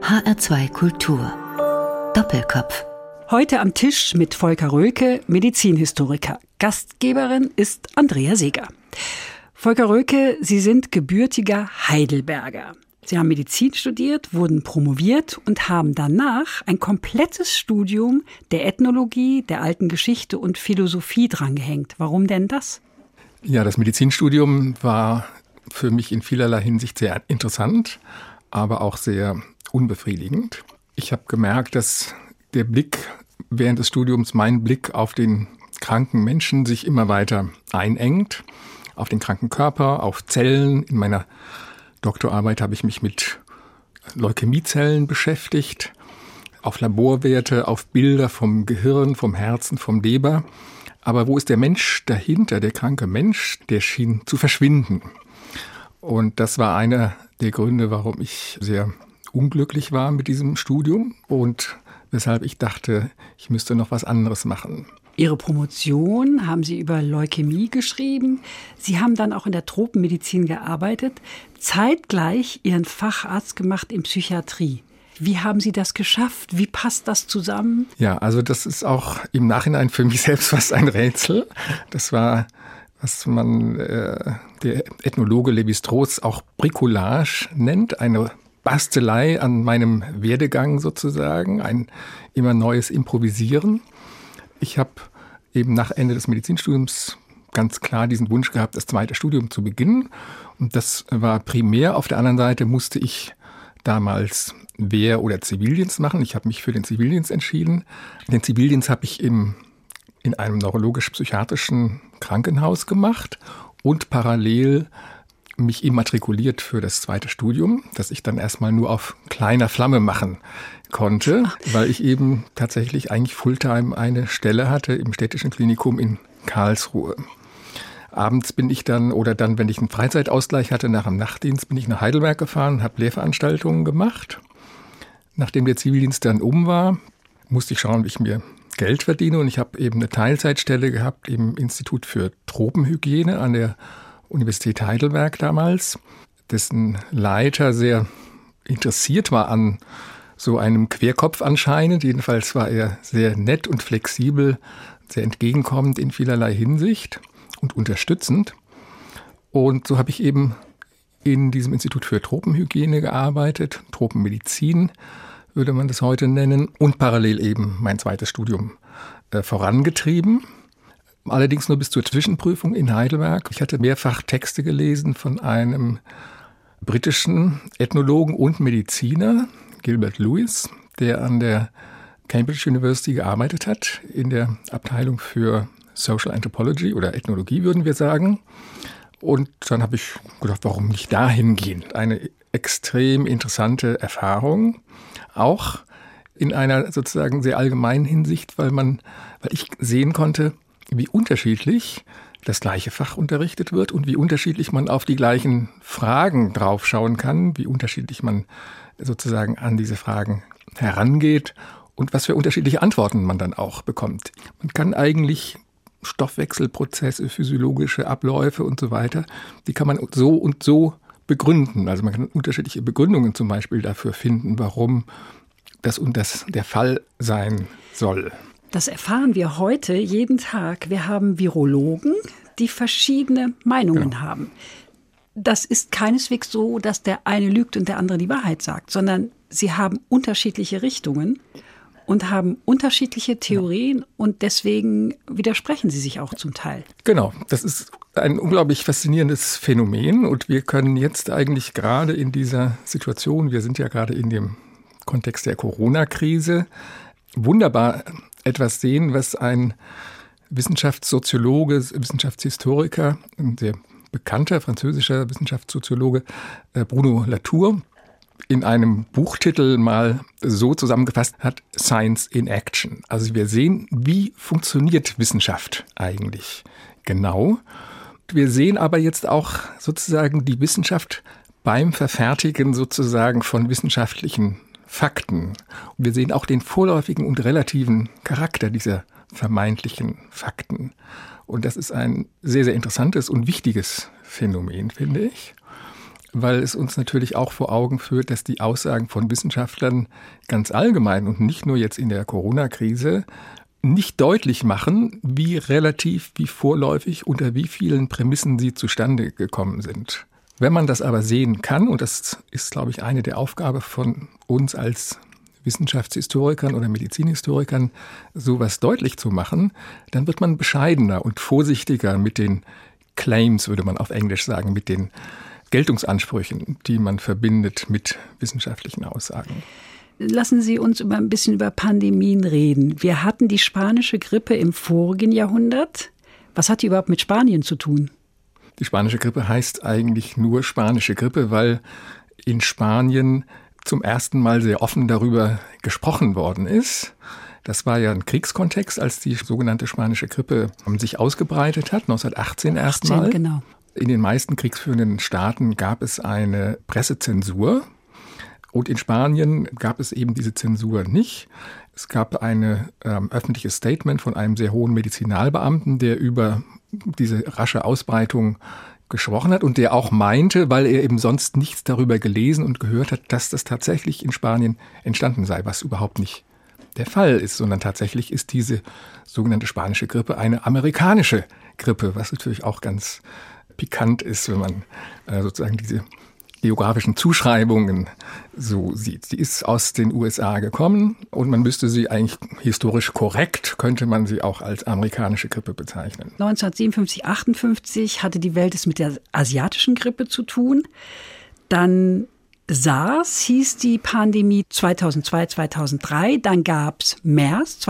HR2 Kultur. Doppelkopf. Heute am Tisch mit Volker Röke, Medizinhistoriker. Gastgeberin ist Andrea Seeger. Volker Röke, Sie sind gebürtiger Heidelberger. Sie haben Medizin studiert, wurden promoviert und haben danach ein komplettes Studium der Ethnologie, der alten Geschichte und Philosophie drangehängt. Warum denn das? Ja, das Medizinstudium war für mich in vielerlei Hinsicht sehr interessant, aber auch sehr unbefriedigend. Ich habe gemerkt, dass der Blick während des Studiums, mein Blick auf den kranken Menschen sich immer weiter einengt, auf den kranken Körper, auf Zellen. In meiner Doktorarbeit habe ich mich mit Leukämiezellen beschäftigt, auf Laborwerte, auf Bilder vom Gehirn, vom Herzen, vom Leber. Aber wo ist der Mensch dahinter, der kranke Mensch? Der schien zu verschwinden. Und das war einer der Gründe, warum ich sehr unglücklich war mit diesem Studium und weshalb ich dachte, ich müsste noch was anderes machen. Ihre Promotion haben Sie über Leukämie geschrieben. Sie haben dann auch in der Tropenmedizin gearbeitet, zeitgleich Ihren Facharzt gemacht in Psychiatrie. Wie haben Sie das geschafft? Wie passt das zusammen? Ja, also das ist auch im Nachhinein für mich selbst fast ein Rätsel. Das war, was man der Ethnologe Lévi-Strauss auch Bricolage nennt, eine Bastelei an meinem Werdegang sozusagen, ein immer neues Improvisieren. Ich habe eben nach Ende des Medizinstudiums ganz klar diesen Wunsch gehabt, das zweite Studium zu beginnen. Und das war primär. Auf der anderen Seite musste ich damals Wehr- oder Zivildienst machen. Ich habe mich für den Zivildienst entschieden. Den Zivildienst habe ich in einem neurologisch-psychiatrischen Krankenhaus gemacht und parallel mich immatrikuliert für das zweite Studium, das ich dann erstmal nur auf kleiner Flamme machen konnte, weil ich eben tatsächlich eigentlich Fulltime eine Stelle hatte im städtischen Klinikum in Karlsruhe. Abends bin ich dann, oder dann, wenn ich einen Freizeitausgleich hatte nach dem Nachtdienst, bin ich nach Heidelberg gefahren, habe Lehrveranstaltungen gemacht. Nachdem der Zivildienst dann war, musste ich schauen, wie ich mir Geld verdiene. Und ich habe eben eine Teilzeitstelle gehabt im Institut für Tropenhygiene an der Universität Heidelberg damals, dessen Leiter sehr interessiert war an so einem Querkopf anscheinend. Jedenfalls war er sehr nett und flexibel, sehr entgegenkommend in vielerlei Hinsicht und unterstützend. Und so habe ich eben in diesem Institut für Tropenhygiene gearbeitet, Tropenmedizin würde man das heute nennen, und parallel eben mein zweites Studium vorangetrieben. Allerdings nur bis zur Zwischenprüfung in Heidelberg. Ich hatte mehrfach Texte gelesen von einem britischen Ethnologen und Mediziner, Gilbert Lewis, der an der Cambridge University gearbeitet hat, in der Abteilung für Social Anthropology oder Ethnologie, würden wir sagen. Und dann habe ich gedacht, warum nicht dahin gehen? Eine extrem interessante Erfahrung, auch in einer sozusagen sehr allgemeinen Hinsicht, weil ich sehen konnte, wie unterschiedlich das gleiche Fach unterrichtet wird und wie unterschiedlich man auf die gleichen Fragen draufschauen kann, wie unterschiedlich man sozusagen an diese Fragen herangeht und was für unterschiedliche Antworten man dann auch bekommt. Man kann eigentlich Stoffwechselprozesse, physiologische Abläufe und so weiter, die kann man so und so begründen. Also man kann unterschiedliche Begründungen zum Beispiel dafür finden, warum das und das der Fall sein soll. Das erfahren wir heute jeden Tag. Wir haben Virologen, die verschiedene Meinungen haben. Das ist keineswegs so, dass der eine lügt und der andere die Wahrheit sagt, sondern sie haben unterschiedliche Richtungen und haben unterschiedliche Theorien und deswegen widersprechen sie sich auch zum Teil. Genau, das ist ein unglaublich faszinierendes Phänomen und wir können jetzt eigentlich gerade in dieser Situation, wir sind ja gerade in dem Kontext der Corona-Krise, wunderbar etwas sehen, was ein Wissenschaftssoziologe, Wissenschaftshistoriker, ein sehr bekannter französischer Wissenschaftssoziologe, Bruno Latour, in einem Buchtitel mal so zusammengefasst hat: Science in Action. Also wir sehen, wie funktioniert Wissenschaft eigentlich genau. Wir sehen aber jetzt auch sozusagen die Wissenschaft beim Verfertigen sozusagen von wissenschaftlichen Fakten. Und wir sehen auch den vorläufigen und relativen Charakter dieser vermeintlichen Fakten. Und das ist ein sehr, sehr interessantes und wichtiges Phänomen, finde ich. weil es uns natürlich auch vor Augen führt, dass die Aussagen von Wissenschaftlern ganz allgemein und nicht nur jetzt in der Corona-Krise nicht deutlich machen, wie relativ, wie vorläufig, unter wie vielen Prämissen sie zustande gekommen sind. Wenn man das aber sehen kann, und das ist, glaube ich, eine der Aufgaben von uns als Wissenschaftshistorikern oder Medizinhistorikern, sowas deutlich zu machen, dann wird man bescheidener und vorsichtiger mit den Claims, würde man auf Englisch sagen, mit den Geltungsansprüchen, die man verbindet mit wissenschaftlichen Aussagen. Lassen Sie uns ein bisschen über Pandemien reden. Wir hatten die spanische Grippe im vorigen Jahrhundert. Was hat die überhaupt mit Spanien zu tun? Die spanische Grippe heißt eigentlich nur spanische Grippe, weil in Spanien zum ersten Mal sehr offen darüber gesprochen worden ist. Das war ja ein Kriegskontext, als die sogenannte spanische Grippe sich ausgebreitet hat, 1918 erstmal. Genau. In den meisten kriegsführenden Staaten gab es eine Pressezensur. Und in Spanien gab es eben diese Zensur nicht. Es gab ein öffentliches Statement von einem sehr hohen Medizinalbeamten, der über diese rasche Ausbreitung gesprochen hat und der auch meinte, weil er eben sonst nichts darüber gelesen und gehört hat, dass das tatsächlich in Spanien entstanden sei, was überhaupt nicht der Fall ist, sondern tatsächlich ist diese sogenannte spanische Grippe eine amerikanische Grippe, was natürlich auch ganz pikant ist, wenn man sozusagen diese geografischen Zuschreibungen so sieht. Sie ist aus den USA gekommen und man müsste sie eigentlich historisch korrekt, könnte man sie auch als amerikanische Grippe bezeichnen. 1957, 58 hatte die Welt es mit der asiatischen Grippe zu tun. Dann SARS hieß die Pandemie 2002, 2003. Dann gab es MERS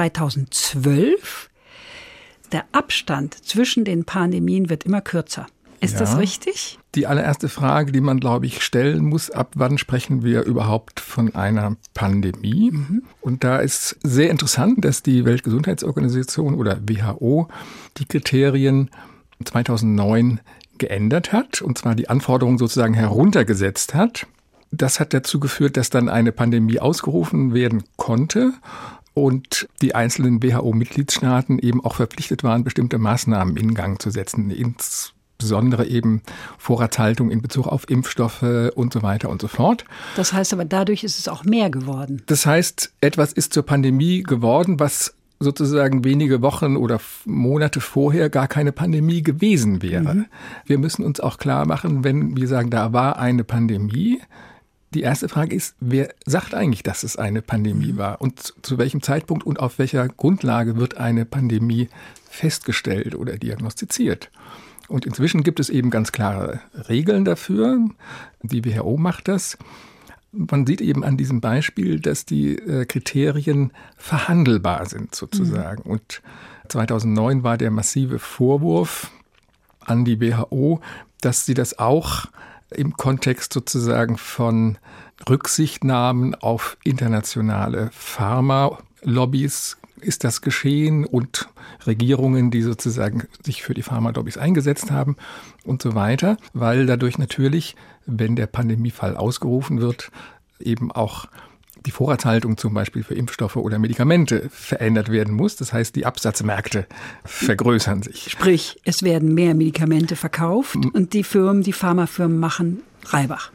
2012. Der Abstand zwischen den Pandemien wird immer kürzer. Ist das richtig? Die allererste Frage, die man, glaube ich, stellen muss, ab wann sprechen wir überhaupt von einer Pandemie? Und da ist sehr interessant, dass die Weltgesundheitsorganisation oder WHO die Kriterien 2009 geändert hat, und zwar die Anforderungen sozusagen heruntergesetzt hat. Das hat dazu geführt, dass dann eine Pandemie ausgerufen werden konnte und die einzelnen WHO-Mitgliedstaaten eben auch verpflichtet waren, bestimmte Maßnahmen in Gang zu setzen, insbesondere eben Vorratshaltung in Bezug auf Impfstoffe und so weiter und so fort. Das heißt aber, dadurch ist es auch mehr geworden. Das heißt, etwas ist zur Pandemie geworden, was sozusagen wenige Wochen oder Monate vorher gar keine Pandemie gewesen wäre. Wir müssen uns auch klar machen, wenn wir sagen, da war eine Pandemie. Die erste Frage ist, wer sagt eigentlich, dass es eine Pandemie war? Und zu welchem Zeitpunkt und auf welcher Grundlage wird eine Pandemie festgestellt oder diagnostiziert? Und inzwischen gibt es eben ganz klare Regeln dafür. Die WHO macht das. Man sieht eben an diesem Beispiel, dass die Kriterien verhandelbar sind sozusagen. Und 2009 war der massive Vorwurf an die WHO, dass sie das auch im Kontext sozusagen von Rücksichtnahmen auf internationale Pharma-Lobbys ist das geschehen und Regierungen, die sozusagen sich für die Pharma-Lobbys eingesetzt haben und so weiter, weil dadurch natürlich, wenn der Pandemiefall ausgerufen wird, eben auch die Vorratshaltung zum Beispiel für Impfstoffe oder Medikamente verändert werden muss. Das heißt, die Absatzmärkte vergrößern sich. Sprich, es werden mehr Medikamente verkauft und die Pharmafirmen machen Reibach.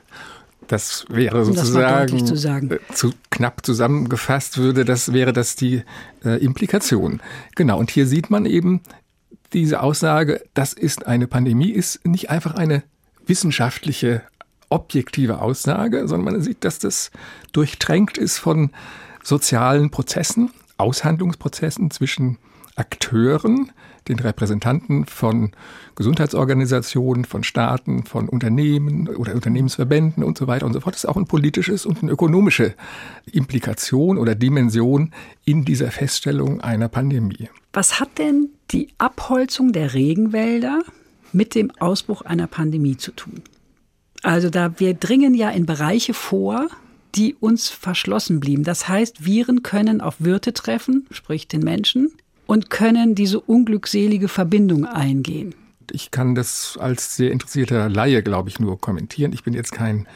Das wäre sozusagen zu knapp zusammengefasst wäre das die Implikation. Genau, und hier sieht man eben, diese Aussage, das ist eine Pandemie, ist nicht einfach eine wissenschaftliche, objektive Aussage, sondern man sieht, dass das durchtränkt ist von sozialen Prozessen, Aushandlungsprozessen zwischen Akteuren, den Repräsentanten von Gesundheitsorganisationen, von Staaten, von Unternehmen oder Unternehmensverbänden und so weiter und so fort. Das ist auch ein politisches und eine ökonomische Implikation oder Dimension in dieser Feststellung einer Pandemie. Was hat denn die Abholzung der Regenwälder mit dem Ausbruch einer Pandemie zu tun? Also wir dringen ja in Bereiche vor, die uns verschlossen blieben. Das heißt, Viren können auf Wirte treffen, sprich den Menschen, und können diese unglückselige Verbindung eingehen. Ich kann das als sehr interessierter Laie, glaube ich, nur kommentieren. Ich bin jetzt kein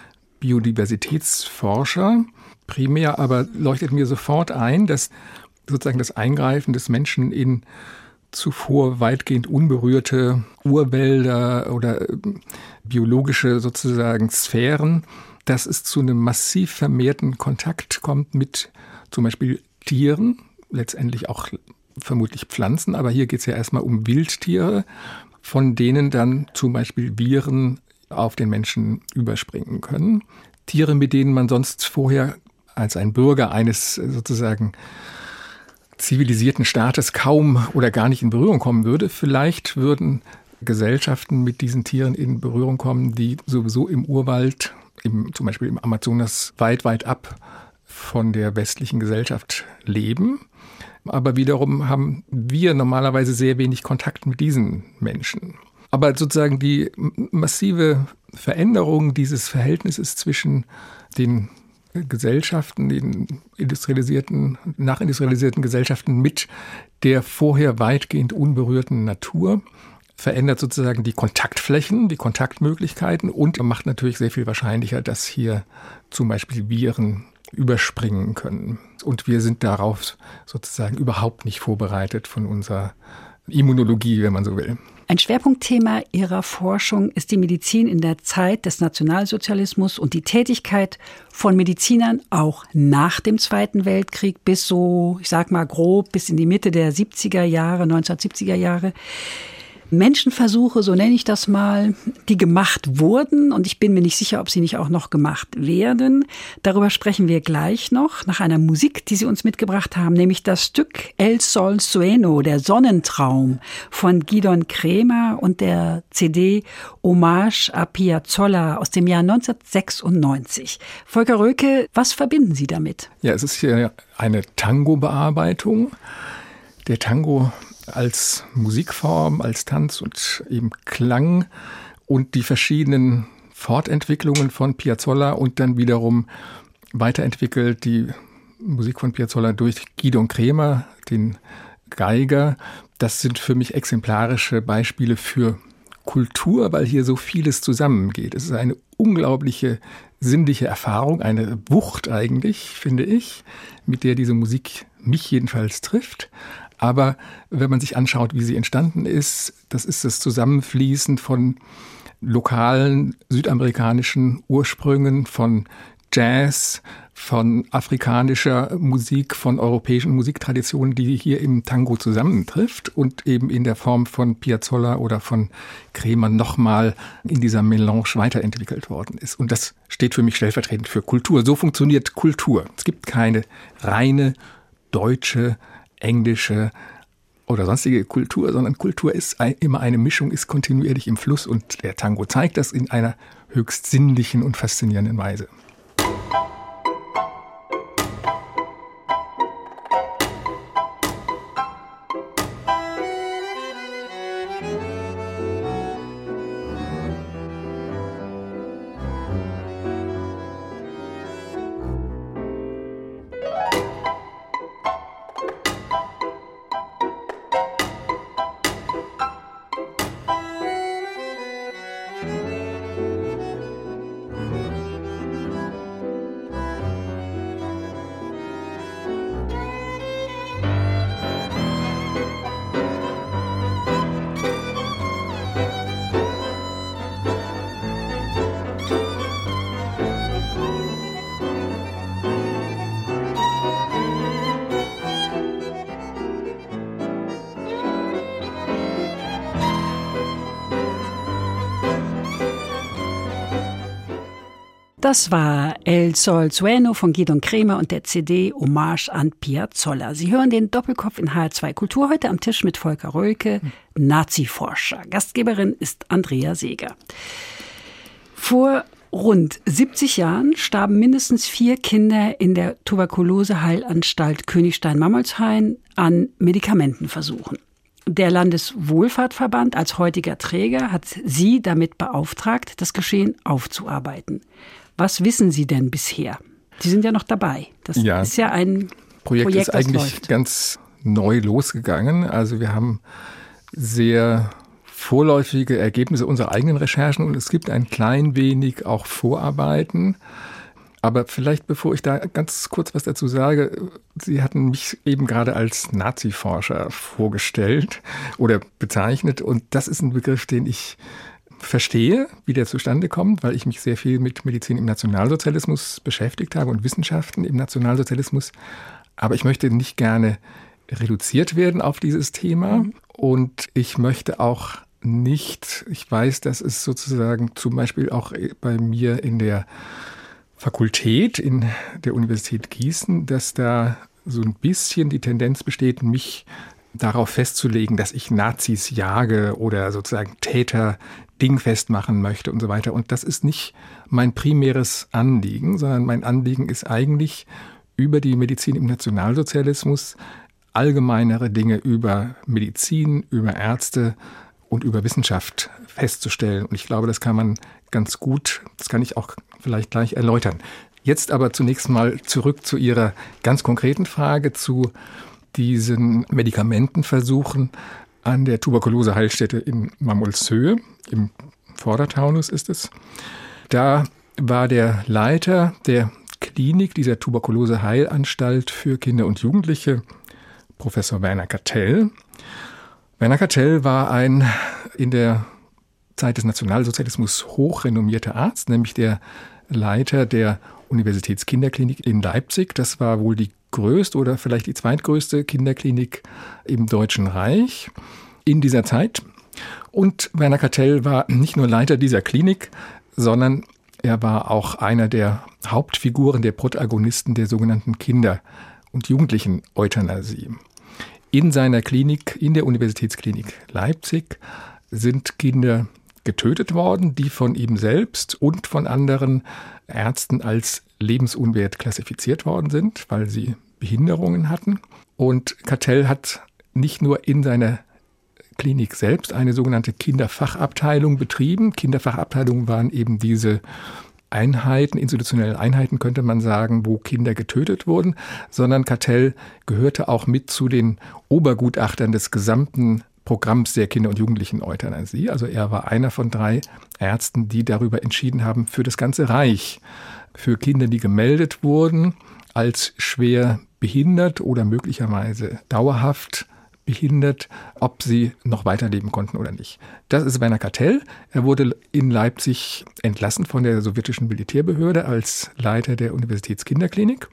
Biodiversitätsforscher primär, aber leuchtet mir sofort ein, dass sozusagen das Eingreifen des Menschen in zuvor weitgehend unberührte Urwälder oder biologische sozusagen Sphären, dass es zu einem massiv vermehrten Kontakt kommt mit zum Beispiel Tieren, letztendlich auch vermutlich Pflanzen, aber hier geht es ja erstmal um Wildtiere, von denen dann zum Beispiel Viren auf den Menschen überspringen können. Tiere, mit denen man sonst vorher als ein Bürger eines sozusagen zivilisierten Staates kaum oder gar nicht in Berührung kommen würde. Vielleicht würden Gesellschaften mit diesen Tieren in Berührung kommen, die sowieso im Urwald, zum Beispiel im Amazonas, weit, weit ab von der westlichen Gesellschaft leben. Aber wiederum haben wir normalerweise sehr wenig Kontakt mit diesen Menschen. Aber sozusagen die massive Veränderung dieses Verhältnisses zwischen den Gesellschaften, den nachindustrialisierten Gesellschaften mit der vorher weitgehend unberührten Natur verändert sozusagen die Kontaktflächen, die Kontaktmöglichkeiten und macht natürlich sehr viel wahrscheinlicher, dass hier zum Beispiel Viren überspringen können. Und wir sind darauf sozusagen überhaupt nicht vorbereitet von unserer Immunologie, wenn man so will. Ein Schwerpunktthema Ihrer Forschung ist die Medizin in der Zeit des Nationalsozialismus und die Tätigkeit von Medizinern auch nach dem Zweiten Weltkrieg bis so, ich sag mal grob, bis in die Mitte der 1970er Jahre. Menschenversuche, so nenne ich das mal, die gemacht wurden und ich bin mir nicht sicher, ob sie nicht auch noch gemacht werden. Darüber sprechen wir gleich noch, nach einer Musik, die Sie uns mitgebracht haben, nämlich das Stück El Sol Sueno, der Sonnentraum von Gidon Kremer und der CD Hommage à Piazzolla aus dem Jahr 1996. Volker Röhlke, was verbinden Sie damit? Ja, es ist hier eine Tango-Bearbeitung. Der Tango als Musikform, als Tanz und eben Klang und die verschiedenen Fortentwicklungen von Piazzolla und dann wiederum weiterentwickelt die Musik von Piazzolla durch Gidon Kremer, den Geiger. Das sind für mich exemplarische Beispiele für Kultur, weil hier so vieles zusammengeht. Es ist eine unglaubliche sinnliche Erfahrung, eine Wucht eigentlich, finde ich, mit der diese Musik mich jedenfalls trifft. Aber wenn man sich anschaut, wie sie entstanden ist, das ist das Zusammenfließen von lokalen südamerikanischen Ursprüngen, von Jazz, von afrikanischer Musik, von europäischen Musiktraditionen, die hier im Tango zusammentrifft und eben in der Form von Piazzolla oder von Kremer nochmal in dieser Melange weiterentwickelt worden ist. Und das steht für mich stellvertretend für Kultur. So funktioniert Kultur. Es gibt keine reine deutsche, englische oder sonstige Kultur, sondern Kultur ist immer eine Mischung, ist kontinuierlich im Fluss und der Tango zeigt das in einer höchst sinnlichen und faszinierenden Weise. Das war El Sol Sueno von Gidon Kremer und der CD Hommage an Piazzolla. Sie hören den Doppelkopf in HR2 Kultur, heute am Tisch mit Volker Röhlke, Naziforscher. Gastgeberin ist Andrea Seeger. Vor rund 70 Jahren starben mindestens 4 Kinder in der Tuberkuloseheilanstalt Königstein-Mammolshain an Medikamentenversuchen. Der Landeswohlfahrtverband als heutiger Träger hat Sie damit beauftragt, das Geschehen aufzuarbeiten. Was wissen Sie denn bisher? Sie sind ja noch dabei. Das ist ja ein Projekt ist eigentlich läuft. Ganz neu losgegangen. Also wir haben sehr vorläufige Ergebnisse unserer eigenen Recherchen und es gibt ein klein wenig auch Vorarbeiten. Aber vielleicht, bevor ich da ganz kurz was dazu sage, Sie hatten mich eben gerade als Nazi-Forscher vorgestellt oder bezeichnet. Und das ist ein Begriff, den ich verstehe, wie der zustande kommt, weil ich mich sehr viel mit Medizin im Nationalsozialismus beschäftigt habe und Wissenschaften im Nationalsozialismus. Aber ich möchte nicht gerne reduziert werden auf dieses Thema. Und ich möchte auch nicht, ich weiß, dass es sozusagen zum Beispiel auch bei mir in der Fakultät in der Universität Gießen, dass da so ein bisschen die Tendenz besteht, mich darauf festzulegen, dass ich Nazis jage oder sozusagen Täter dingfest machen möchte und so weiter. Und das ist nicht mein primäres Anliegen, sondern mein Anliegen ist eigentlich, über die Medizin im Nationalsozialismus allgemeinere Dinge über Medizin, über Ärzte und über Wissenschaft festzustellen. Und ich glaube, das kann man ganz gut, das kann ich auch vielleicht gleich erläutern. Jetzt aber zunächst mal zurück zu Ihrer ganz konkreten Frage zu diesen Medikamentenversuchen an der Tuberkulose-Heilstätte in Mamulshöhe, im Vordertaunus ist es. Da war der Leiter der Klinik dieser Tuberkulose-Heilanstalt für Kinder und Jugendliche, Professor Werner Cattell. Werner Cattell war ein in der Zeit des Nationalsozialismus hochrenommierter Arzt, nämlich der Leiter der Universitätskinderklinik in Leipzig. Das war wohl die größte oder vielleicht die zweitgrößte Kinderklinik im Deutschen Reich in dieser Zeit. Und Werner Cattell war nicht nur Leiter dieser Klinik, sondern er war auch einer der Hauptfiguren, der Protagonisten der sogenannten Kinder- und Jugendlichen-Euthanasie. In seiner Klinik, in der Universitätsklinik Leipzig, sind Kinder getötet worden, die von ihm selbst und von anderen Ärzten als lebensunwert klassifiziert worden sind, weil sie Behinderungen hatten. Und Cattell hat nicht nur in seiner Klinik selbst eine sogenannte Kinderfachabteilung betrieben. Kinderfachabteilungen waren eben diese Einheiten, institutionelle Einheiten könnte man sagen, wo Kinder getötet wurden, sondern Cattell gehörte auch mit zu den Obergutachtern des gesamten Programms der Kinder- und Jugendlichen-Euthanasie. Also er war einer von 3 Ärzten, die darüber entschieden haben, für das ganze Reich, für Kinder, die gemeldet wurden, als schwer behindert oder möglicherweise dauerhaft behindert, ob sie noch weiterleben konnten oder nicht. Das ist Werner Cattell. Er wurde in Leipzig entlassen von der sowjetischen Militärbehörde als Leiter der Universitätskinderklinik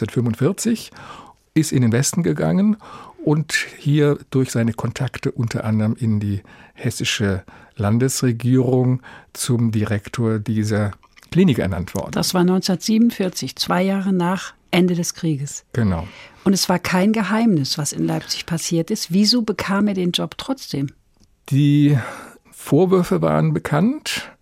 1945, ist in den Westen gegangen und hier durch seine Kontakte unter anderem in die hessische Landesregierung zum Direktor dieser Klinik ernannt worden. Das war 1947, 2 Jahre nach Ende des Krieges. Genau. Und es war kein Geheimnis, was in Leipzig passiert ist. Wieso bekam er den Job trotzdem? Die Vorwürfe waren bekannt,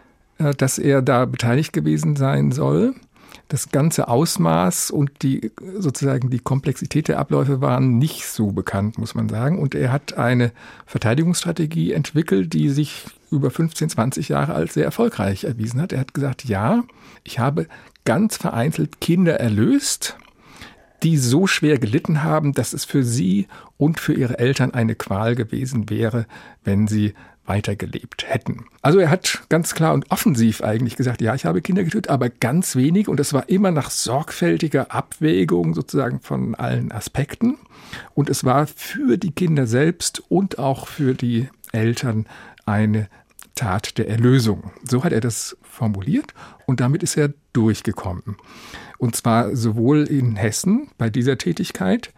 dass er da beteiligt gewesen sein soll. Das ganze Ausmaß und die Komplexität der Abläufe waren nicht so bekannt, muss man sagen. Und er hat eine Verteidigungsstrategie entwickelt, die sich über 15, 20 Jahre als sehr erfolgreich erwiesen hat. Er hat gesagt, ja, ich habe ganz vereinzelt Kinder erlöst, die so schwer gelitten haben, dass es für sie und für ihre Eltern eine Qual gewesen wäre, wenn sie weitergelebt hätten. Also er hat ganz klar und offensiv eigentlich gesagt, ja, ich habe Kinder getötet, aber ganz wenig. Und das war immer nach sorgfältiger Abwägung sozusagen von allen Aspekten. Und es war für die Kinder selbst und auch für die Eltern eine Tat der Erlösung. So hat er das formuliert und damit ist er durchgekommen. Und zwar sowohl in Hessen bei dieser Tätigkeit.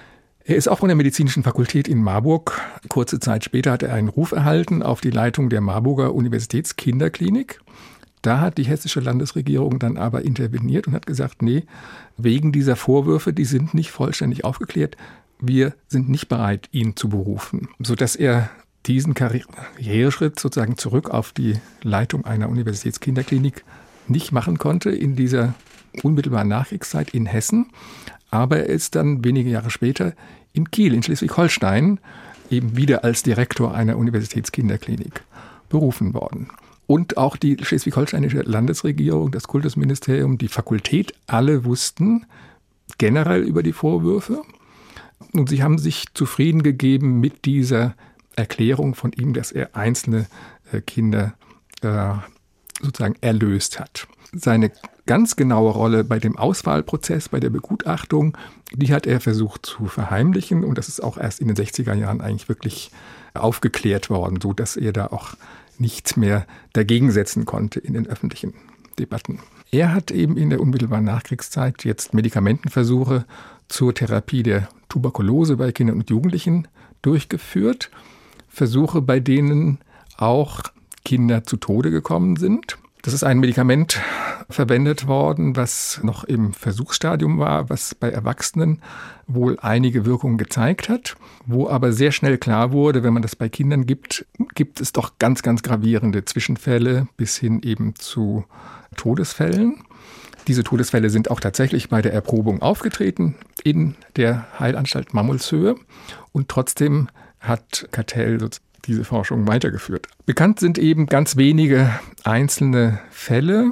Er ist auch von der Medizinischen Fakultät in Marburg. Kurze Zeit später hat er einen Ruf erhalten auf die Leitung der Marburger Universitätskinderklinik. Da hat die hessische Landesregierung dann aber interveniert und hat gesagt, nee, wegen dieser Vorwürfe, die sind nicht vollständig aufgeklärt, wir sind nicht bereit, ihn zu berufen. Sodass er diesen Karriereschritt sozusagen zurück auf die Leitung einer Universitätskinderklinik nicht machen konnte in dieser unmittelbaren Nachkriegszeit in Hessen. Aber er ist dann wenige Jahre später in Kiel, in Schleswig-Holstein, eben wieder als Direktor einer Universitätskinderklinik berufen worden. Und auch die schleswig-holsteinische Landesregierung, das Kultusministerium, die Fakultät, alle wussten generell über die Vorwürfe. Und sie haben sich zufrieden gegeben mit dieser Erklärung von ihm, dass er einzelne Kinder sozusagen erlöst hat. Seine ganz genaue Rolle bei dem Auswahlprozess, bei der Begutachtung, die hat er versucht zu verheimlichen. Und das ist auch erst in den 60er Jahren eigentlich wirklich aufgeklärt worden, so dass er da auch nichts mehr dagegen setzen konnte in den öffentlichen Debatten. Er hat eben in der unmittelbaren Nachkriegszeit jetzt Medikamentenversuche zur Therapie der Tuberkulose bei Kindern und Jugendlichen durchgeführt. Versuche, bei denen auch Kinder zu Tode gekommen sind. Das ist ein Medikament verwendet worden, was noch im Versuchsstadium war, was bei Erwachsenen wohl einige Wirkungen gezeigt hat, wo aber sehr schnell klar wurde, wenn man das bei Kindern gibt, gibt es doch ganz, ganz gravierende Zwischenfälle bis hin eben zu Todesfällen. Diese Todesfälle sind auch tatsächlich bei der Erprobung aufgetreten in der Heilanstalt Mammelshöhe und trotzdem hat Cattell diese Forschung weitergeführt. Bekannt sind eben ganz wenige einzelne Fälle,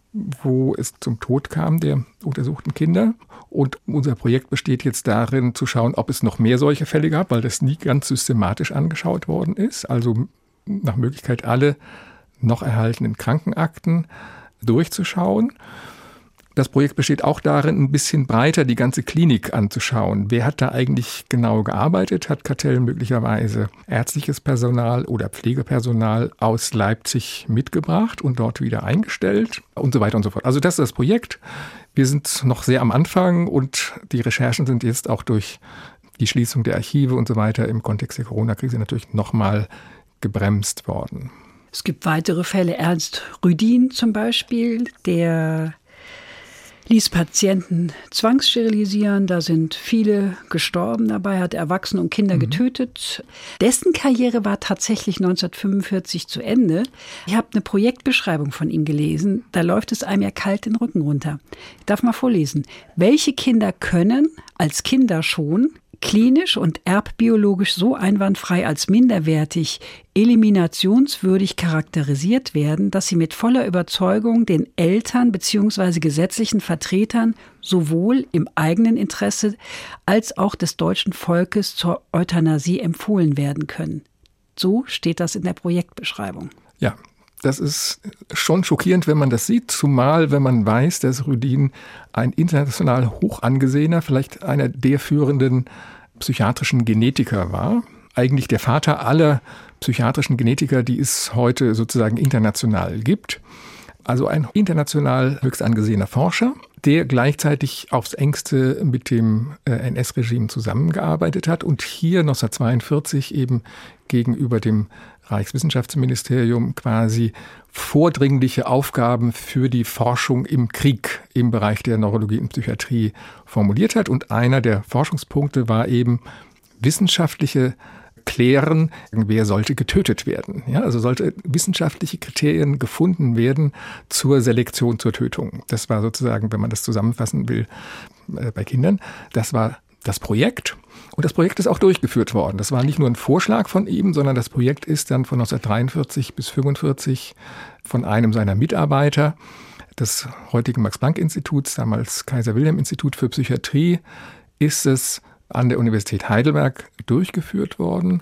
wo es zum Tod kam der untersuchten Kinder. Und unser Projekt besteht jetzt darin, zu schauen, ob es noch mehr solche Fälle gab, weil das nie ganz systematisch angeschaut worden ist. Also nach Möglichkeit alle noch erhaltenen Krankenakten durchzuschauen. Das Projekt besteht auch darin, ein bisschen breiter die ganze Klinik anzuschauen. Wer hat da eigentlich genau gearbeitet? Hat Cattell möglicherweise ärztliches Personal oder Pflegepersonal aus Leipzig mitgebracht und dort wieder eingestellt? Und so weiter und so fort. Also das ist das Projekt. Wir sind noch sehr am Anfang und die Recherchen sind jetzt auch durch die Schließung der Archive und so weiter im Kontext der Corona-Krise natürlich nochmal gebremst worden. Es gibt weitere Fälle. Ernst Rüdin zum Beispiel, der ließ Patienten zwangssterilisieren. Da sind viele gestorben dabei, hat Erwachsene und Kinder getötet. Dessen Karriere war tatsächlich 1945 zu Ende. Ich habe eine Projektbeschreibung von ihm gelesen. Da läuft es einem ja kalt den Rücken runter. Ich darf mal vorlesen. Welche Kinder können als Kinder schon klinisch und erbbiologisch so einwandfrei als minderwertig, eliminationswürdig charakterisiert werden, dass sie mit voller Überzeugung den Eltern bzw. gesetzlichen Vertretern sowohl im eigenen Interesse als auch des deutschen Volkes zur Euthanasie empfohlen werden können. So steht das in der Projektbeschreibung. Ja, das ist schon schockierend, wenn man das sieht, zumal wenn man weiß, dass Rüdin ein international hoch angesehener, vielleicht einer der führenden psychiatrischen Genetiker war. Eigentlich der Vater aller psychiatrischen Genetiker, die es heute sozusagen international gibt. Also ein international höchst angesehener Forscher, der gleichzeitig aufs engste mit dem NS-Regime zusammengearbeitet hat und hier 1942 eben gegenüber dem Reichswissenschaftsministerium quasi vordringliche Aufgaben für die Forschung im Krieg im Bereich der Neurologie und Psychiatrie formuliert hat. Und einer der Forschungspunkte war eben wissenschaftliche Klären, wer sollte getötet werden. Ja, also sollte wissenschaftliche Kriterien gefunden werden zur Selektion, zur Tötung. Das war sozusagen, wenn man das zusammenfassen will, bei Kindern, das war das Projekt. Und das Projekt ist auch durchgeführt worden. Das war nicht nur ein Vorschlag von ihm, sondern das Projekt ist dann von 1943 bis 1945 von einem seiner Mitarbeiter des heutigen Max-Planck-Instituts, damals Kaiser-Wilhelm-Institut für Psychiatrie, ist es an der Universität Heidelberg durchgeführt worden.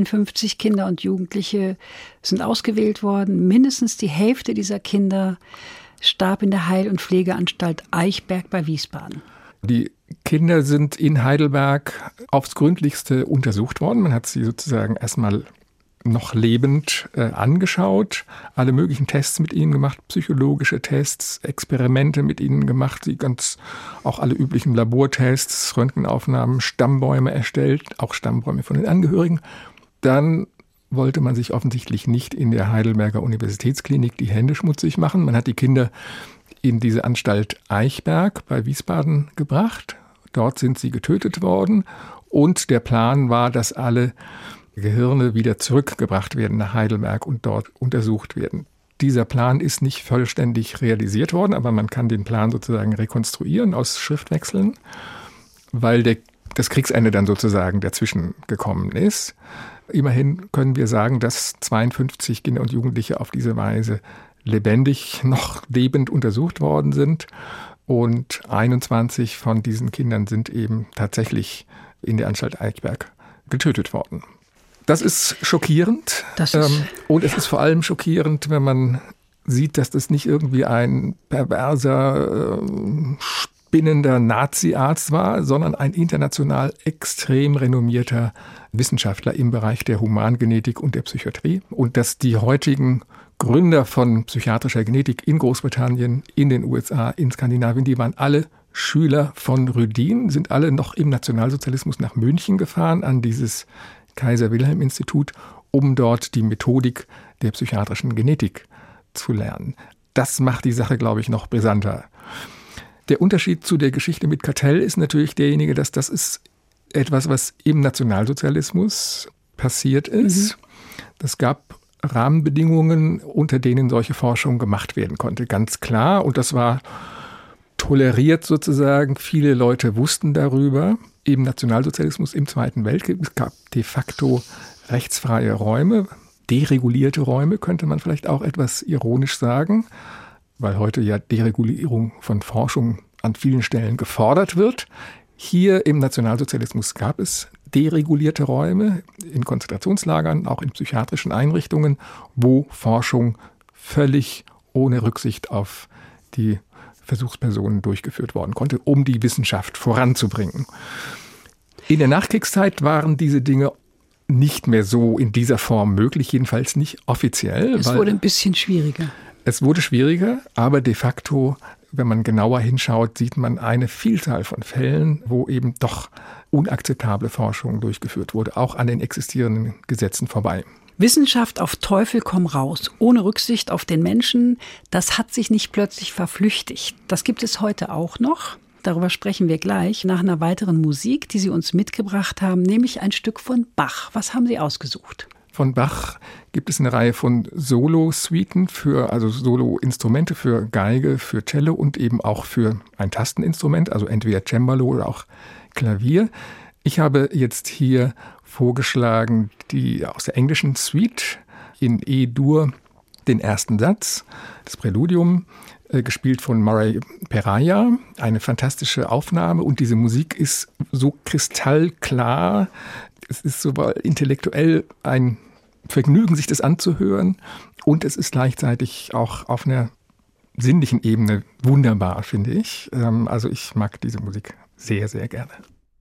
52 Kinder und Jugendliche sind ausgewählt worden. Mindestens die Hälfte dieser Kinder starb in der Heil- und Pflegeanstalt Eichberg bei Wiesbaden. Die Kinder sind in Heidelberg aufs Gründlichste untersucht worden. Man hat sie sozusagen erstmal noch lebend angeschaut, alle möglichen Tests mit ihnen gemacht, psychologische Tests, Experimente mit ihnen gemacht, sie ganz auch alle üblichen Labortests, Röntgenaufnahmen, Stammbäume erstellt, auch Stammbäume von den Angehörigen. Dann wollte man sich offensichtlich nicht in der Heidelberger Universitätsklinik die Hände schmutzig machen. Man hat die Kinder in diese Anstalt Eichberg bei Wiesbaden gebracht. Dort sind sie getötet worden und der Plan war, dass alle Gehirne wieder zurückgebracht werden nach Heidelberg und dort untersucht werden. Dieser Plan ist nicht vollständig realisiert worden, aber man kann den Plan sozusagen rekonstruieren aus Schriftwechseln, weil das Kriegsende dann sozusagen dazwischen gekommen ist. Immerhin können wir sagen, dass 52 Kinder und Jugendliche auf diese Weise lebendig, noch lebend untersucht worden sind und 21 von diesen Kindern sind eben tatsächlich in der Anstalt Eichberg getötet worden. Das ist schockierend. Und es ist vor allem schockierend, wenn man sieht, dass das nicht irgendwie ein perverser, spinnender Nazi-Arzt war, sondern ein international extrem renommierter Wissenschaftler im Bereich der Humangenetik und der Psychiatrie. Und dass die heutigen Gründer von psychiatrischer Genetik in Großbritannien, in den USA, in Skandinavien, die waren alle Schüler von Rüdin, sind alle noch im Nationalsozialismus nach München gefahren, an dieses Kaiser-Wilhelm-Institut, um dort die Methodik der psychiatrischen Genetik zu lernen. Das macht die Sache, glaube ich, noch brisanter. Der Unterschied zu der Geschichte mit Kartell ist natürlich derjenige, dass das ist etwas, was im Nationalsozialismus passiert ist. Es gab Rahmenbedingungen, unter denen solche Forschung gemacht werden konnte, ganz klar. Und das war toleriert sozusagen. Viele Leute wussten darüber. Im Nationalsozialismus, im Zweiten Weltkrieg, es gab de facto rechtsfreie Räume, deregulierte Räume, könnte man vielleicht auch etwas ironisch sagen, weil heute ja Deregulierung von Forschung an vielen Stellen gefordert wird. Hier im Nationalsozialismus gab es deregulierte Räume in Konzentrationslagern, auch in psychiatrischen Einrichtungen, wo Forschung völlig ohne Rücksicht auf die Versuchspersonen durchgeführt worden konnte, um die Wissenschaft voranzubringen. In der Nachkriegszeit waren diese Dinge nicht mehr so in dieser Form möglich, jedenfalls nicht offiziell. Es wurde ein bisschen schwieriger. Es wurde schwieriger, aber de facto, wenn man genauer hinschaut, sieht man eine Vielzahl von Fällen, wo eben doch unakzeptable Forschung durchgeführt wurde, auch an den existierenden Gesetzen vorbei. Wissenschaft auf Teufel komm raus, ohne Rücksicht auf den Menschen, das hat sich nicht plötzlich verflüchtigt. Das gibt es heute auch noch. Darüber sprechen wir gleich nach einer weiteren Musik, die Sie uns mitgebracht haben, nämlich ein Stück von Bach. Was haben Sie ausgesucht? Von Bach gibt es eine Reihe von Solo-Suiten also Solo-Instrumente für Geige, für Cello und eben auch für ein Tasteninstrument, also entweder Cembalo oder auch Klavier. Ich habe jetzt hier vorgeschlagen, die aus der englischen Suite in E-Dur, den ersten Satz, das Präludium, gespielt von Murray Peraya. Eine fantastische Aufnahme und diese Musik ist so kristallklar. Es ist so intellektuell ein Vergnügen, sich das anzuhören und es ist gleichzeitig auch auf einer sinnlichen Ebene wunderbar, finde ich. Also ich mag diese Musik sehr, sehr gerne.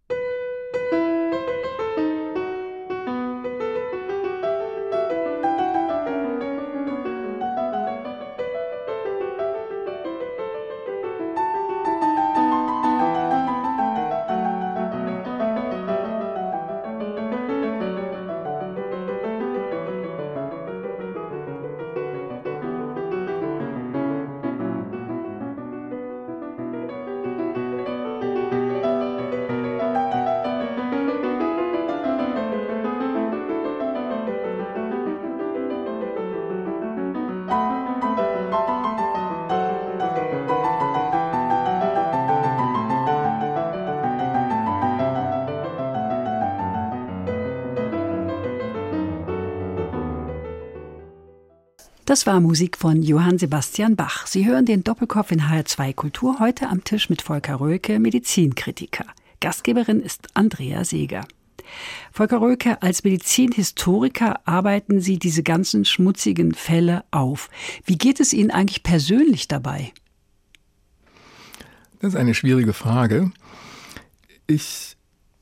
Das war Musik von Johann Sebastian Bach. Sie hören den Doppelkopf in HR2 Kultur, heute am Tisch mit Volker Röhlke, Medizinkritiker. Gastgeberin ist Andrea Seeger. Volker Röhlke, als Medizinhistoriker arbeiten Sie diese ganzen schmutzigen Fälle auf. Wie geht es Ihnen eigentlich persönlich dabei? Das ist eine schwierige Frage. Ich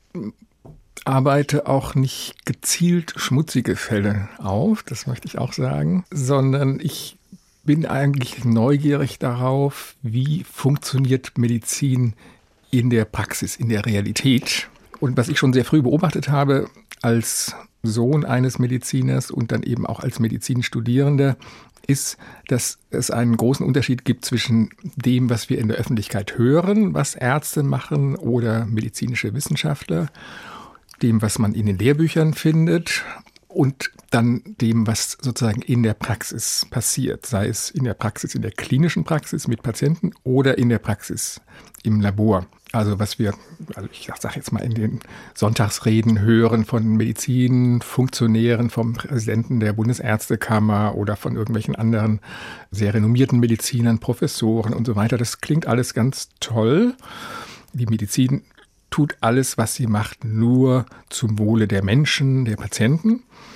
arbeite auch nicht gezielt schmutzige Fälle auf, das möchte ich auch sagen, sondern ich bin eigentlich neugierig darauf, wie funktioniert Medizin in der Praxis, in der Realität. Und was ich schon sehr früh beobachtet habe, als Sohn eines Mediziners und dann eben auch als Medizinstudierender, ist, dass es einen großen Unterschied gibt zwischen dem, was wir in der Öffentlichkeit hören, was Ärzte machen oder medizinische Wissenschaftler, dem, was man in den Lehrbüchern findet und dann dem, was sozusagen in der Praxis passiert, sei es in der Praxis, in der klinischen Praxis mit Patienten oder in der Praxis im Labor. Also was wir, ich sage jetzt mal in den Sonntagsreden hören von Medizinfunktionären, vom Präsidenten der Bundesärztekammer oder von irgendwelchen anderen sehr renommierten Medizinern, Professoren und so weiter, das klingt alles ganz toll. Die Medizin tut alles, was sie macht, nur zum Wohle der Menschen, der Patienten.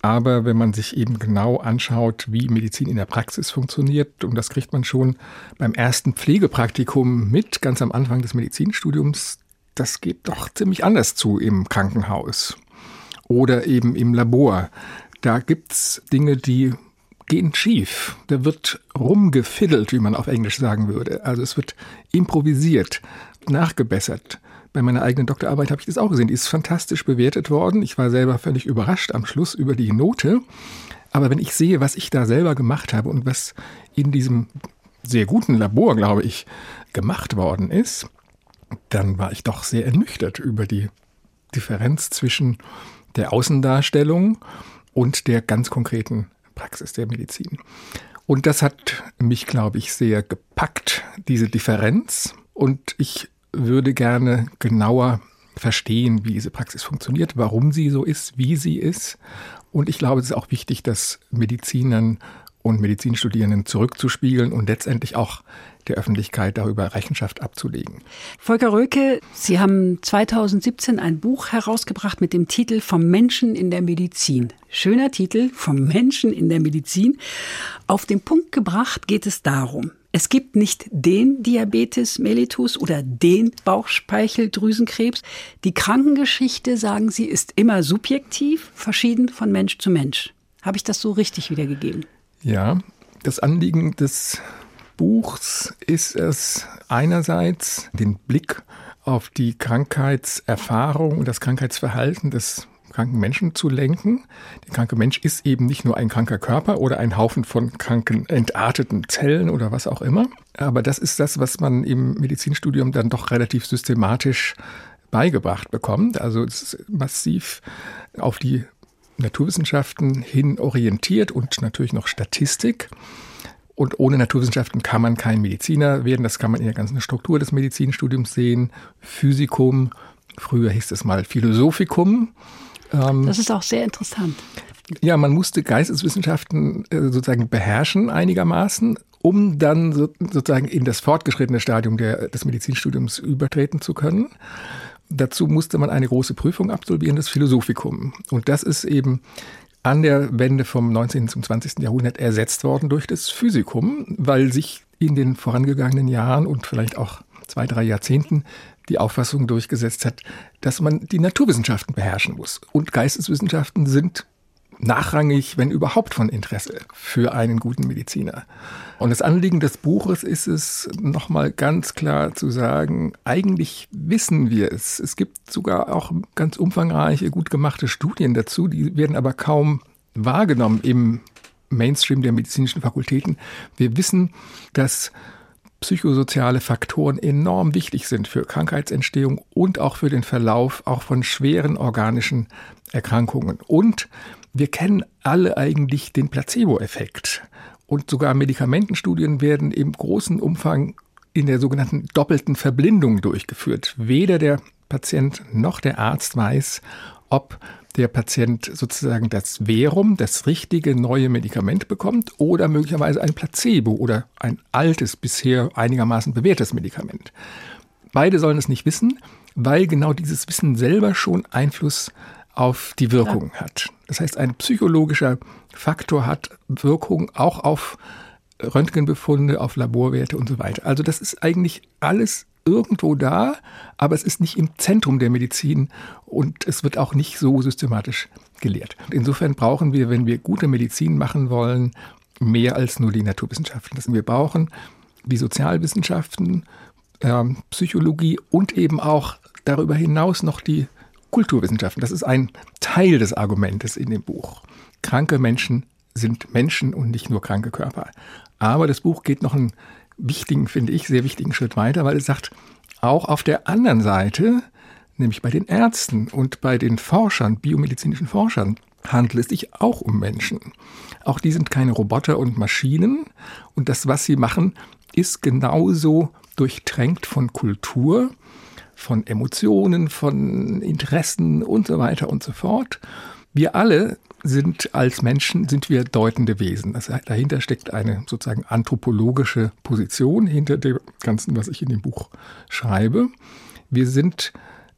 Aber wenn man sich eben genau anschaut, wie Medizin in der Praxis funktioniert, und das kriegt man schon beim ersten Pflegepraktikum mit, ganz am Anfang des Medizinstudiums, das geht doch ziemlich anders zu im Krankenhaus oder eben im Labor. Da gibt's Dinge, die gehen schief. Da wird rumgefiddelt, wie man auf Englisch sagen würde. Also es wird improvisiert, nachgebessert. Bei meiner eigenen Doktorarbeit habe ich das auch gesehen. Die ist fantastisch bewertet worden. Ich war selber völlig überrascht am Schluss über die Note. Aber wenn ich sehe, was ich da selber gemacht habe und was in diesem sehr guten Labor, glaube ich, gemacht worden ist, dann war ich doch sehr ernüchtert über die Differenz zwischen der Außendarstellung und der ganz konkreten Praxis der Medizin. Und das hat mich, glaube ich, sehr gepackt, diese Differenz. Und ich würde gerne genauer verstehen, wie diese Praxis funktioniert, warum sie so ist, wie sie ist. Und ich glaube, es ist auch wichtig, das Medizinern und Medizinstudierenden zurückzuspiegeln und letztendlich auch der Öffentlichkeit darüber Rechenschaft abzulegen. Volker Röhlke, Sie haben 2017 ein Buch herausgebracht mit dem Titel Vom Menschen in der Medizin. Schöner Titel, Vom Menschen in der Medizin. Auf den Punkt gebracht geht es darum: Es gibt nicht den Diabetes mellitus oder den Bauchspeicheldrüsenkrebs. Die Krankengeschichte, sagen Sie, ist immer subjektiv, verschieden von Mensch zu Mensch. Habe ich das so richtig wiedergegeben? Ja, das Anliegen des Buchs ist es einerseits, den Blick auf die Krankheitserfahrung und das Krankheitsverhalten des kranken Menschen zu lenken. Der kranke Mensch ist eben nicht nur ein kranker Körper oder ein Haufen von kranken, entarteten Zellen oder was auch immer. Aber das ist das, was man im Medizinstudium dann doch relativ systematisch beigebracht bekommt. Also es ist massiv auf die Naturwissenschaften hin orientiert und natürlich noch Statistik. Und ohne Naturwissenschaften kann man kein Mediziner werden. Das kann man in der ganzen Struktur des Medizinstudiums sehen. Physikum, früher hieß es mal Philosophikum. Das ist auch sehr interessant. Ja, man musste Geisteswissenschaften sozusagen beherrschen einigermaßen, um dann sozusagen in das fortgeschrittene Stadium des Medizinstudiums übertreten zu können. Dazu musste man eine große Prüfung absolvieren, das Philosophikum. Und das ist eben an der Wende vom 19. zum 20. Jahrhundert ersetzt worden durch das Physikum, weil sich in den vorangegangenen Jahren und vielleicht auch 2-3 Jahrzehnten die Auffassung durchgesetzt hat, dass man die Naturwissenschaften beherrschen muss. Und Geisteswissenschaften sind nachrangig, wenn überhaupt, von Interesse für einen guten Mediziner. Und das Anliegen des Buches ist es, nochmal ganz klar zu sagen, eigentlich wissen wir es. Es gibt sogar auch ganz umfangreiche, gut gemachte Studien dazu, die werden aber kaum wahrgenommen im Mainstream der medizinischen Fakultäten. Wir wissen, dass psychosoziale Faktoren enorm wichtig sind für Krankheitsentstehung und auch für den Verlauf auch von schweren organischen Erkrankungen. Und wir kennen alle eigentlich den Placebo-Effekt. Und sogar Medikamentenstudien werden im großen Umfang in der sogenannten doppelten Verblindung durchgeführt. Weder der Patient noch der Arzt weiß, ob der Patient sozusagen das Verum, das richtige neue Medikament bekommt oder möglicherweise ein Placebo oder ein altes, bisher einigermaßen bewährtes Medikament. Beide sollen es nicht wissen, weil genau dieses Wissen selber schon Einfluss auf die Wirkung hat. Das heißt, ein psychologischer Faktor hat Wirkung auch auf Röntgenbefunde, auf Laborwerte und so weiter. Also das ist eigentlich alles irgendwo da, aber es ist nicht im Zentrum der Medizin und es wird auch nicht so systematisch gelehrt. Insofern brauchen wir, wenn wir gute Medizin machen wollen, mehr als nur die Naturwissenschaften. Wir brauchen die Sozialwissenschaften, Psychologie und eben auch darüber hinaus noch die Kulturwissenschaften. Das ist ein Teil des Argumentes in dem Buch. Kranke Menschen sind Menschen und nicht nur kranke Körper. Aber das Buch geht noch einen wichtigen, finde ich, sehr wichtigen Schritt weiter, weil es sagt, auch auf der anderen Seite, nämlich bei den Ärzten und bei den Forschern, biomedizinischen Forschern, handelt es sich auch um Menschen. Auch die sind keine Roboter und Maschinen. Und das, was sie machen, ist genauso durchtränkt von Kultur, von Emotionen, von Interessen und so weiter und so fort. Wir alle sind als Menschen, sind wir deutende Wesen. Dahinter steckt eine sozusagen anthropologische Position hinter dem Ganzen, was ich in dem Buch schreibe. Wir sind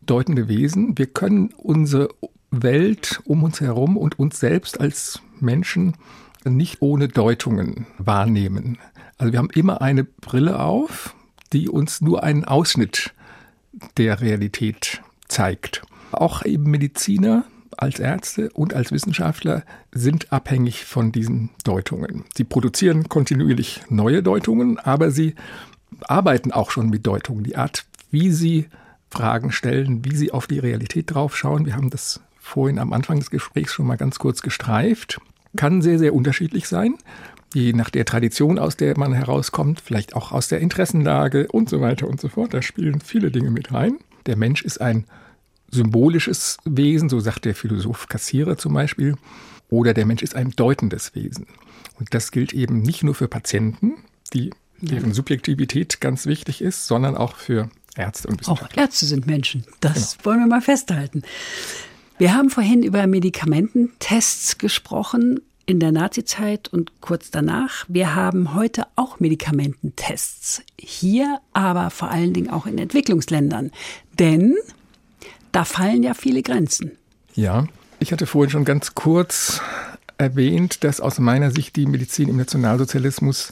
deutende Wesen. Wir können unsere Welt um uns herum und uns selbst als Menschen nicht ohne Deutungen wahrnehmen. Also wir haben immer eine Brille auf, die uns nur einen Ausschnitt der Realität zeigt. Auch eben Mediziner als Ärzte und als Wissenschaftler sind abhängig von diesen Deutungen. Sie produzieren kontinuierlich neue Deutungen, aber sie arbeiten auch schon mit Deutungen. Die Art, wie sie Fragen stellen, wie sie auf die Realität draufschauen, wir haben das vorhin am Anfang des Gesprächs schon mal ganz kurz gestreift, kann sehr, sehr unterschiedlich sein, je nach der Tradition, aus der man herauskommt, vielleicht auch aus der Interessenlage und so weiter und so fort. Da spielen viele Dinge mit rein. Der Mensch ist ein symbolisches Wesen, so sagt der Philosoph Cassirer zum Beispiel, oder der Mensch ist ein deutendes Wesen. Und das gilt eben nicht nur für Patienten, deren Subjektivität ganz wichtig ist, sondern auch für Ärzte und Wissenschaftler. Auch Ärzte sind Menschen, das wollen wir mal festhalten. Wir haben vorhin über Medikamententests gesprochen, in der Nazizeit und kurz danach. Wir haben heute auch Medikamententests. Hier aber vor allen Dingen auch in Entwicklungsländern. Denn da fallen ja viele Grenzen. Ja, ich hatte vorhin schon ganz kurz erwähnt, dass aus meiner Sicht die Medizin im Nationalsozialismus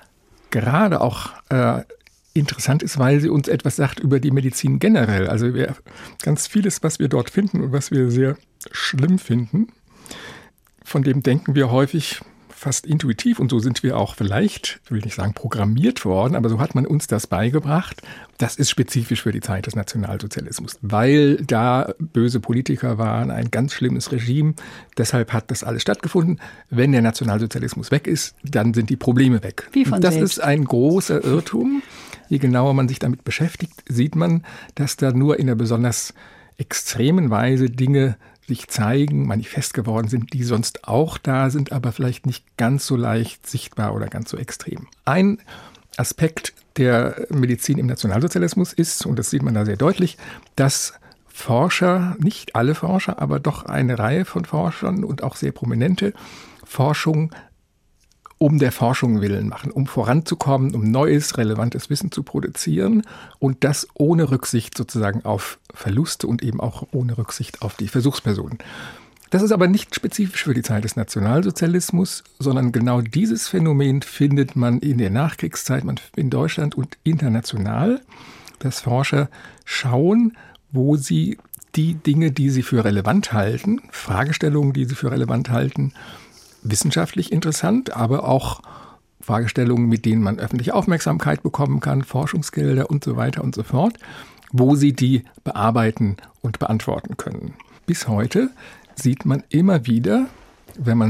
gerade auch interessant ist, weil sie uns etwas sagt über die Medizin generell. Also ganz vieles, was wir dort finden und was wir sehr schlimm finden, von dem denken wir häufig fast intuitiv und so sind wir auch vielleicht, ich will nicht sagen programmiert worden, aber so hat man uns das beigebracht. Das ist spezifisch für die Zeit des Nationalsozialismus, weil da böse Politiker waren, ein ganz schlimmes Regime. Deshalb hat das alles stattgefunden. Wenn der Nationalsozialismus weg ist, dann sind die Probleme weg. Wie von und das selbst. ist ein großer Irrtum. Je genauer man sich damit beschäftigt, sieht man, dass da nur in einer besonders extremen Weise Dinge sich zeigen, manifest geworden sind, die sonst auch da sind, aber vielleicht nicht ganz so leicht sichtbar oder ganz so extrem. Ein Aspekt der Medizin im Nationalsozialismus ist, und das sieht man da sehr deutlich, dass Forscher, nicht alle Forscher, aber doch eine Reihe von Forschern und auch sehr prominente Forschung um der Forschung willen machen, um voranzukommen, um neues, relevantes Wissen zu produzieren und das ohne Rücksicht sozusagen auf Verluste und eben auch ohne Rücksicht auf die Versuchspersonen. Das ist aber nicht spezifisch für die Zeit des Nationalsozialismus, sondern genau dieses Phänomen findet man in der Nachkriegszeit, in Deutschland und international, dass Forscher schauen, wo sie die Dinge, die sie für relevant halten, Fragestellungen, die sie für relevant halten, wissenschaftlich interessant, aber auch Fragestellungen, mit denen man öffentliche Aufmerksamkeit bekommen kann, Forschungsgelder und so weiter und so fort, wo sie die bearbeiten und beantworten können. Bis heute sieht man immer wieder, wenn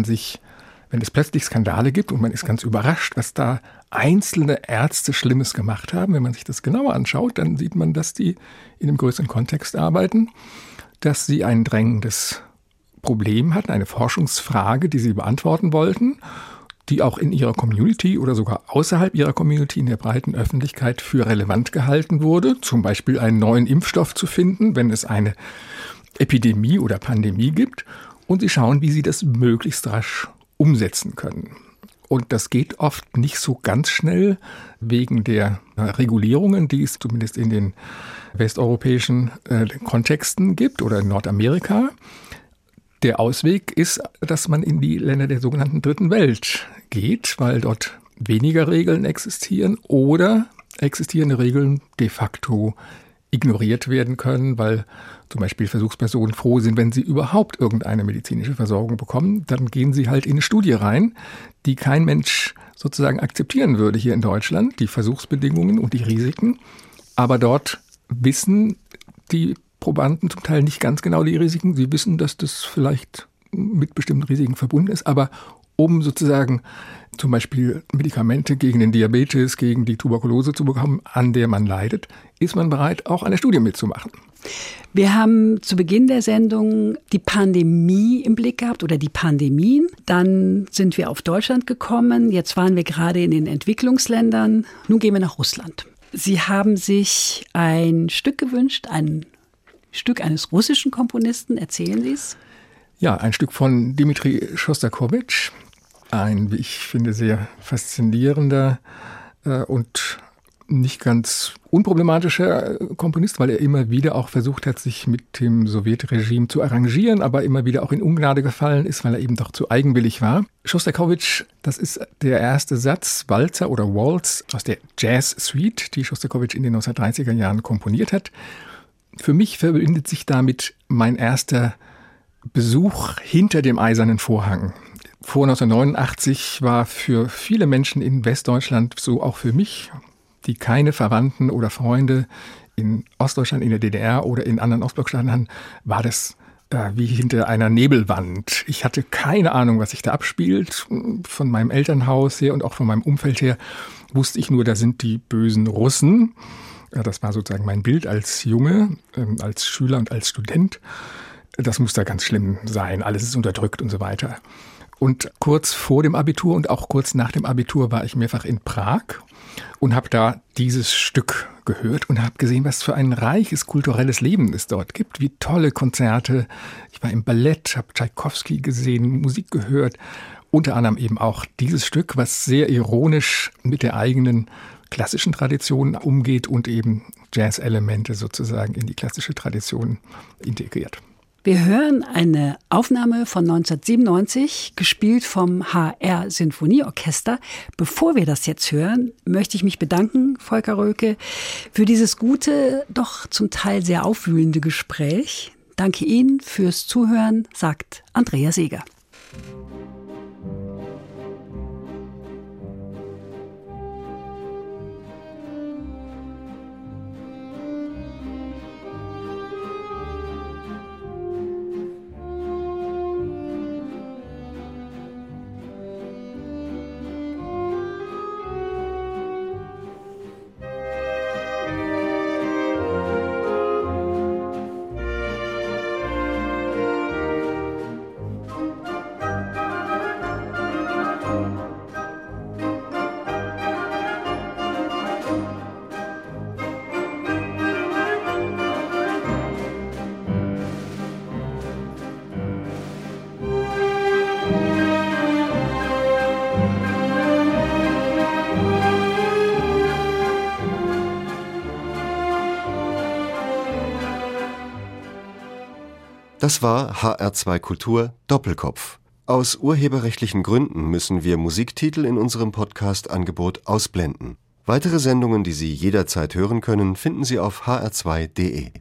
es plötzlich Skandale gibt und man ist ganz überrascht, was da einzelne Ärzte Schlimmes gemacht haben, wenn man sich das genauer anschaut, dann sieht man, dass die in einem größeren Kontext arbeiten, dass sie ein drängendes Problem hatten, eine Forschungsfrage, die sie beantworten wollten, die auch in ihrer Community oder sogar außerhalb ihrer Community in der breiten Öffentlichkeit für relevant gehalten wurde, zum Beispiel einen neuen Impfstoff zu finden, wenn es eine Epidemie oder Pandemie gibt, und sie schauen, wie sie das möglichst rasch umsetzen können. Und das geht oft nicht so ganz schnell wegen der Regulierungen, die es zumindest in den westeuropäischen Kontexten gibt oder in Nordamerika. Der Ausweg ist, dass man in die Länder der sogenannten Dritten Welt geht, weil dort weniger Regeln existieren oder existierende Regeln de facto ignoriert werden können, weil zum Beispiel Versuchspersonen froh sind, wenn sie überhaupt irgendeine medizinische Versorgung bekommen. Dann gehen sie halt in eine Studie rein, die kein Mensch sozusagen akzeptieren würde hier in Deutschland, die Versuchsbedingungen und die Risiken. Aber dort wissen die Probanden zum Teil nicht ganz genau die Risiken. Sie wissen, dass das vielleicht mit bestimmten Risiken verbunden ist, aber um sozusagen zum Beispiel Medikamente gegen den Diabetes, gegen die Tuberkulose zu bekommen, an der man leidet, ist man bereit, auch eine Studie mitzumachen. Wir haben zu Beginn der Sendung die Pandemie im Blick gehabt oder die Pandemien. Dann sind wir auf Deutschland gekommen. Jetzt waren wir gerade in den Entwicklungsländern. Nun gehen wir nach Russland. Sie haben sich ein Stück gewünscht, ein Stück eines russischen Komponisten. Erzählen Sie es? Ja, ein Stück von Dmitri Schostakowitsch. Ein, wie ich finde, sehr faszinierender und nicht ganz unproblematischer Komponist, weil er immer wieder auch versucht hat, sich mit dem Sowjetregime zu arrangieren, aber immer wieder auch in Ungnade gefallen ist, weil er eben doch zu eigenwillig war. Schostakowitsch, das ist der erste Satz, Walzer oder Waltz aus der Jazz-Suite, die Schostakowitsch in den 1930er Jahren komponiert hat. Für mich verbindet sich damit mein erster Besuch hinter dem Eisernen Vorhang. Vor 1989 war für viele Menschen in Westdeutschland, so auch für mich, die keine Verwandten oder Freunde in Ostdeutschland, in der DDR oder in anderen Ostblockstaaten hatten, war das wie hinter einer Nebelwand. Ich hatte keine Ahnung, was sich da abspielt. Von meinem Elternhaus her und auch von meinem Umfeld her wusste ich nur, da sind die bösen Russen. Das war sozusagen mein Bild als Junge, als Schüler und als Student. Das muss da ganz schlimm sein. Alles ist unterdrückt und so weiter. Und kurz vor dem Abitur und auch kurz nach dem Abitur war ich mehrfach in Prag und habe da dieses Stück gehört und habe gesehen, was für ein reiches kulturelles Leben es dort gibt, wie tolle Konzerte. Ich war im Ballett, habe Tschaikowski gesehen, Musik gehört, unter anderem eben auch dieses Stück, was sehr ironisch mit der eigenen klassischen Tradition umgeht und eben Jazz-Elemente sozusagen in die klassische Tradition integriert. Wir hören eine Aufnahme von 1997, gespielt vom HR Sinfonieorchester. Bevor wir das jetzt hören, möchte ich mich bedanken, Volker Röhlke, für dieses gute, doch zum Teil sehr aufwühlende Gespräch. Danke Ihnen fürs Zuhören, sagt Andrea Seeger. Das war HR2 Kultur Doppelkopf. Aus urheberrechtlichen Gründen müssen wir Musiktitel in unserem Podcast-Angebot ausblenden. Weitere Sendungen, die Sie jederzeit hören können, finden Sie auf hr2.de.